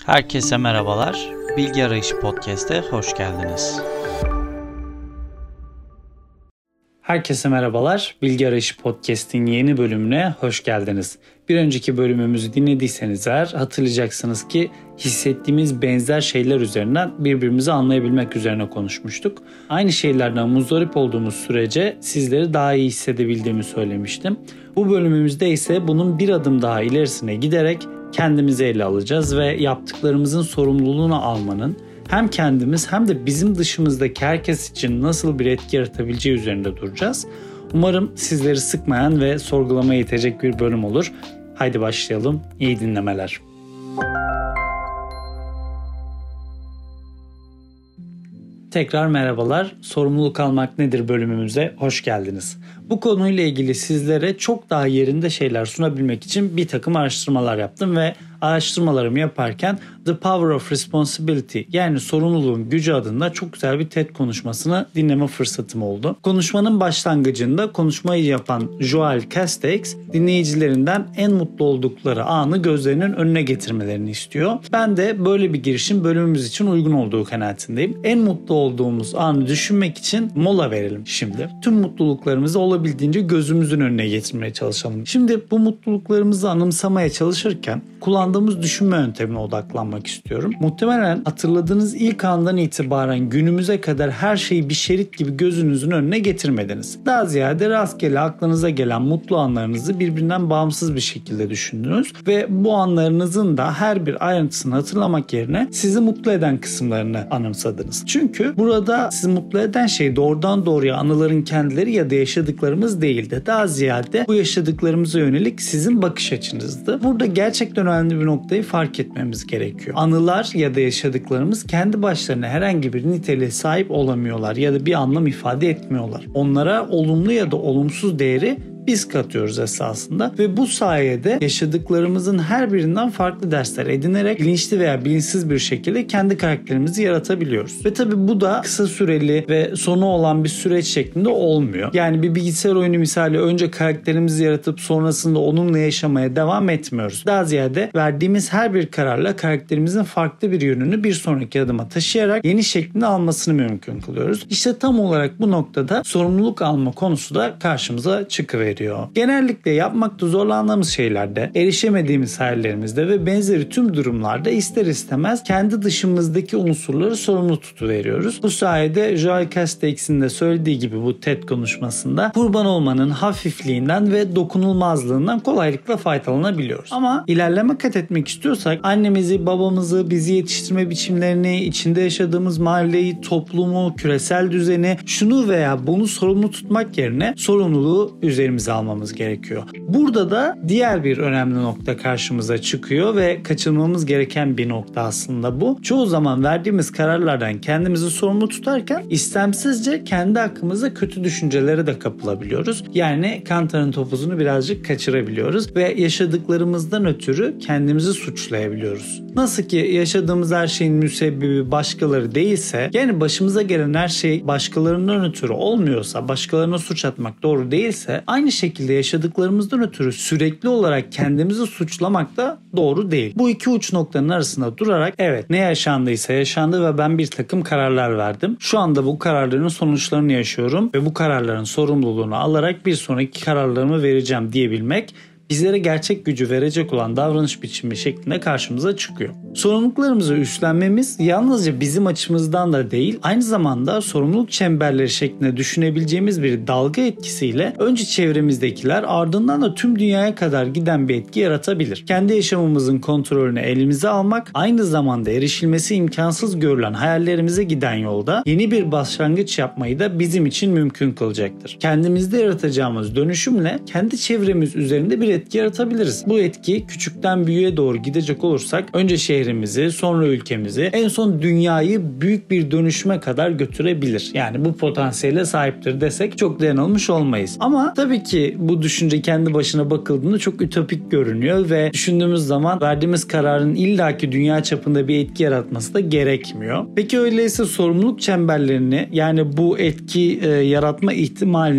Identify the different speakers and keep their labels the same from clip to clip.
Speaker 1: Herkese merhabalar. Bilgi Arayışı Podcast'e hoş geldiniz. Herkese merhabalar. Bilgi Arayışı Podcast'in yeni bölümüne hoş geldiniz. Bir önceki bölümümüzü dinlediyseniz eğer hatırlayacaksınız ki hissettiğimiz benzer şeyler üzerinden birbirimizi anlayabilmek üzerine konuşmuştuk. Aynı şeylerden muzdarip olduğumuz sürece sizleri daha iyi hissedebildiğimi söylemiştim. Bu bölümümüzde ise bunun bir adım daha ilerisine giderek kendimizi ele alacağız ve yaptıklarımızın sorumluluğunu almanın hem kendimiz hem de bizim dışımızdaki herkes için nasıl bir etki yaratabileceği üzerinde duracağız. Umarım sizleri sıkmayan ve sorgulamaya itecek bir bölüm olur. Haydi başlayalım. İyi dinlemeler. Tekrar merhabalar. Sorumluluk almak nedir bölümümüze hoş geldiniz. Bu konuyla ilgili sizlere çok daha yerinde şeyler sunabilmek için bir takım araştırmalar yaptım ve araştırmalarımı yaparken The Power of Responsibility yani sorumluluğun gücü adında çok güzel bir TED konuşmasını dinleme fırsatım oldu. Konuşmanın başlangıcında konuşmayı yapan Joel Castex dinleyicilerinden en mutlu oldukları anı gözlerinin önüne getirmelerini istiyor. Ben de böyle bir girişim bölümümüz için uygun olduğu kanaatindeyim. En mutlu olduğumuz anı düşünmek için mola verelim şimdi. Tüm mutluluklarımızı olabildiğince gözümüzün önüne getirmeye çalışalım. Şimdi bu mutluluklarımızı anımsamaya çalışırken kullandığımız düşünme yöntemine odaklanmak istiyorum. Muhtemelen hatırladığınız ilk andan itibaren günümüze kadar her şeyi bir şerit gibi gözünüzün önüne getirmediniz. Daha ziyade rastgele aklınıza gelen mutlu anlarınızı birbirinden bağımsız bir şekilde düşündünüz ve bu anlarınızın da her bir ayrıntısını hatırlamak yerine sizi mutlu eden kısımlarını anımsadınız. Çünkü burada sizi mutlu eden şey doğrudan doğruya anıların kendileri ya da yaşadıklarımız değildi. Daha ziyade bu yaşadıklarımıza yönelik sizin bakış açınızdı. Burada gerçekten önemli bir noktayı fark etmemiz gerekiyor. Anılar ya da yaşadıklarımız kendi başlarına herhangi bir niteliğe sahip olamıyorlar ya da bir anlam ifade etmiyorlar. Onlara olumlu ya da olumsuz değeri biz katıyoruz esasında ve bu sayede yaşadıklarımızın her birinden farklı dersler edinerek bilinçli veya bilinçsiz bir şekilde kendi karakterimizi yaratabiliyoruz. Ve tabii bu da kısa süreli ve sonu olan bir süreç şeklinde olmuyor. Yani bir bilgisayar oyunu misali önce karakterimizi yaratıp sonrasında onunla yaşamaya devam etmiyoruz. Daha ziyade verdiğimiz her bir kararla karakterimizin farklı bir yönünü bir sonraki adıma taşıyarak yeni şeklini almasını mümkün kılıyoruz. İşte tam olarak bu noktada sorumluluk alma konusu da karşımıza çıkıveriyor. Genellikle yapmakta zorlandığımız şeylerde, erişemediğimiz hayallerimizde ve benzeri tüm durumlarda ister istemez kendi dışımızdaki unsurları sorumlu tutuveriyoruz. Bu sayede Joel Castex'in de söylediği gibi bu TED konuşmasında kurban olmanın hafifliğinden ve dokunulmazlığından kolaylıkla faydalanabiliyoruz. Ama ilerleme kat etmek istiyorsak annemizi, babamızı, bizi yetiştirme biçimlerini, içinde yaşadığımız mahalleyi, toplumu, küresel düzeni, şunu veya bunu sorumlu tutmak yerine sorumluluğu üzerimize almamız gerekiyor. Burada da diğer bir önemli nokta karşımıza çıkıyor ve kaçınmamız gereken bir nokta aslında bu. Çoğu zaman verdiğimiz kararlardan kendimizi sorumlu tutarken istemsizce kendi hakkımızda kötü düşüncelere de kapılabiliyoruz. Yani kantarın topuzunu birazcık kaçırabiliyoruz ve yaşadıklarımızdan ötürü kendimizi suçlayabiliyoruz. Nasıl ki yaşadığımız her şeyin müsebbibi başkaları değilse, yani başımıza gelen her şey başkalarından ötürü olmuyorsa, başkalarına suç atmak doğru değilse, aynı şekilde yaşadıklarımızdan ötürü sürekli olarak kendimizi suçlamak da doğru değil. Bu iki uç noktanın arasında durarak evet ne yaşandıysa yaşandı ve ben bir takım kararlar verdim. Şu anda bu kararların sonuçlarını yaşıyorum ve bu kararların sorumluluğunu alarak bir sonraki kararlarımı vereceğim diyebilmek bizlere gerçek gücü verecek olan davranış biçimi şeklinde karşımıza çıkıyor. Sorumluluklarımızı üstlenmemiz yalnızca bizim açımızdan da değil, aynı zamanda sorumluluk çemberleri şeklinde düşünebileceğimiz bir dalga etkisiyle önce çevremizdekiler ardından da tüm dünyaya kadar giden bir etki yaratabilir. Kendi yaşamımızın kontrolünü elimize almak aynı zamanda erişilmesi imkansız görülen hayallerimize giden yolda yeni bir başlangıç yapmayı da bizim için mümkün kılacaktır. Kendimizde yaratacağımız dönüşümle kendi çevremiz üzerinde bir etki yaratabiliriz. Bu etki küçükten büyüğe doğru gidecek olursak önce şehrimizi, sonra ülkemizi, en son dünyayı büyük bir dönüşüme kadar götürebilir. Yani bu potansiyele sahiptir desek çok da yanılmış olmayız. Ama tabii ki bu düşünce kendi başına bakıldığında çok ütopik görünüyor ve düşündüğümüz zaman verdiğimiz kararın illaki dünya çapında bir etki yaratması da gerekmiyor. Peki öyleyse sorumluluk çemberlerini yani bu etki yaratma ihtimalini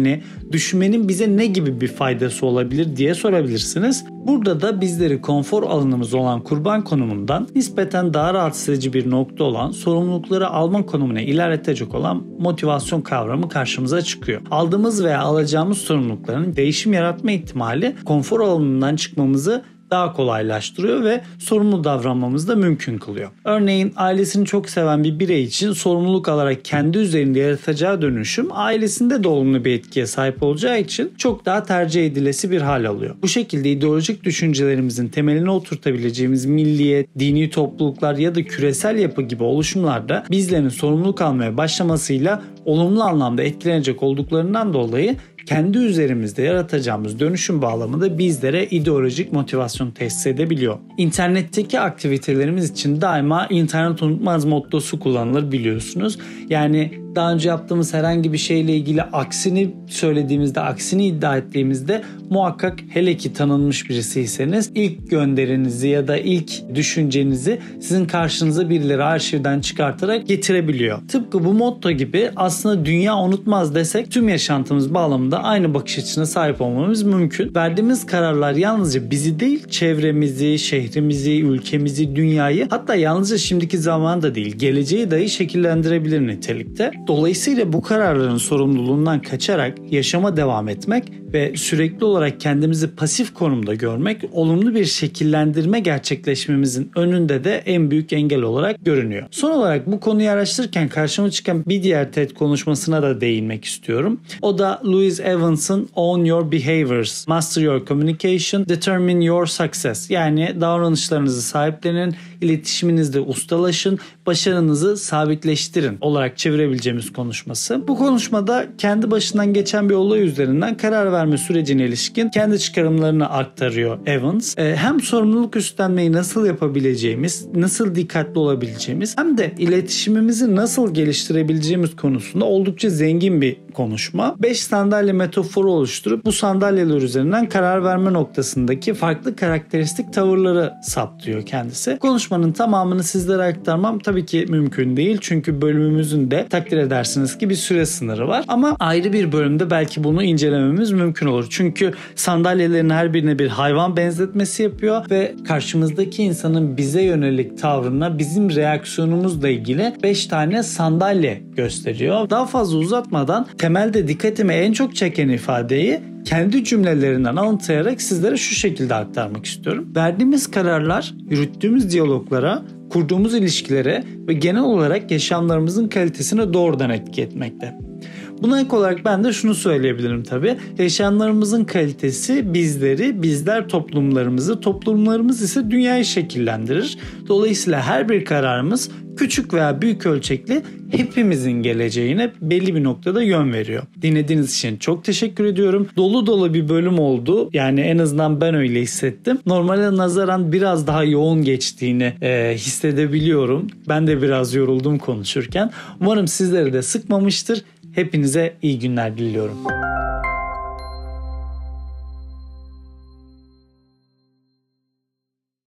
Speaker 1: düşünmenin bize ne gibi bir faydası olabilir diye sorabilirsiniz. Burada da bizleri konfor alanımız olan kurban konumundan nispeten daha rahatsız edici bir nokta olan sorumlulukları alma konumuna ilerletecek olan motivasyon kavramı karşımıza çıkıyor. Aldığımız veya alacağımız sorumlulukların değişim yaratma ihtimali konfor alanından çıkmamızı daha kolaylaştırıyor ve sorumlu davranmamızı da mümkün kılıyor. Örneğin ailesini çok seven bir birey için sorumluluk alarak kendi üzerinde yaratacağı dönüşüm ailesinde de olumlu bir etkiye sahip olacağı için çok daha tercih edilesi bir hal alıyor. Bu şekilde ideolojik düşüncelerimizin temeline oturtabileceğimiz milliyet, dini topluluklar ya da küresel yapı gibi oluşumlarda bizlerin sorumluluk almaya başlamasıyla olumlu anlamda etkilenecek olduklarından dolayı kendi üzerimizde yaratacağımız dönüşüm bağlamında bizlere ideolojik motivasyon tesis edebiliyor. İnternetteki aktivitelerimiz için daima internet unutmaz mottosu kullanılır biliyorsunuz. Yani daha önce yaptığımız herhangi bir şeyle ilgili aksini söylediğimizde, aksini iddia ettiğimizde muhakkak, hele ki tanınmış birisiyseniz, ilk gönderinizi ya da ilk düşüncenizi sizin karşınıza birileri arşivden çıkartarak getirebiliyor. Tıpkı bu motto gibi aslında dünya unutmaz desek tüm yaşantımız bağlamında aynı bakış açısına sahip olmamız mümkün. Verdiğimiz kararlar yalnızca bizi değil, çevremizi, şehrimizi, ülkemizi, dünyayı, hatta yalnızca şimdiki zamanı da değil, geleceği dahi şekillendirebilir nitelikte. Dolayısıyla bu kararların sorumluluğundan kaçarak yaşama devam etmek ve sürekli olarak kendimizi pasif konumda görmek olumlu bir şekillendirme gerçekleşmemizin önünde de en büyük engel olarak görünüyor. Son olarak bu konuyu araştırırken karşıma çıkan bir diğer TED konuşmasına da değinmek istiyorum. O da Louis Evans'ın Own Your Behaviors, Master Your Communication, Determine Your Success. Yani davranışlarınızı sahiplenin, iletişiminizde ustalaşın, başarınızı sabitleştirin olarak çevirebileceğimiz konuşması. Bu konuşmada kendi başından geçen bir olay üzerinden karar verme sürecine ilişkin kendi çıkarımlarını aktarıyor Evans. Hem sorumluluk üstlenmeyi nasıl yapabileceğimiz, nasıl dikkatli olabileceğimiz hem de iletişimimizi nasıl geliştirebileceğimiz konusunda oldukça zengin bir konuşma. 5 sandalye metaforu oluşturup bu sandalyeler üzerinden karar verme noktasındaki farklı karakteristik tavırları saptıyor kendisi. Konuşmanın tamamını sizlere aktarmam tabii ki mümkün değil. Çünkü bölümümüzün de takdir edersiniz ki bir süre sınırı var. Ama ayrı bir bölümde belki bunu incelememiz mümkün olur. Çünkü sandalyelerin her birine bir hayvan benzetmesi yapıyor ve karşımızdaki insanın bize yönelik tavrına bizim reaksiyonumuzla ilgili 5 tane sandalye gösteriyor. Daha fazla uzatmadan temelde dikkatimi en çok çeken ifadeyi kendi cümlelerinden alıntılayarak sizlere şu şekilde aktarmak istiyorum. Verdiğimiz kararlar, yürüttüğümüz diyaloglara, kurduğumuz ilişkilere ve genel olarak yaşamlarımızın kalitesine doğrudan etki etmekte. Buna ek olarak ben de şunu söyleyebilirim tabii. Yaşamlarımızın kalitesi bizleri, bizler toplumlarımızı, toplumlarımız ise dünyayı şekillendirir. Dolayısıyla her bir kararımız küçük veya büyük ölçekli hepimizin geleceğine belli bir noktada yön veriyor. Dinlediğiniz için çok teşekkür ediyorum. Dolu dolu bir bölüm oldu. Yani en azından ben öyle hissettim. Normale nazaran biraz daha yoğun geçtiğini hissedebiliyorum. Ben de biraz yoruldum konuşurken. Umarım sizleri de sıkmamıştır. Hepinize iyi günler diliyorum.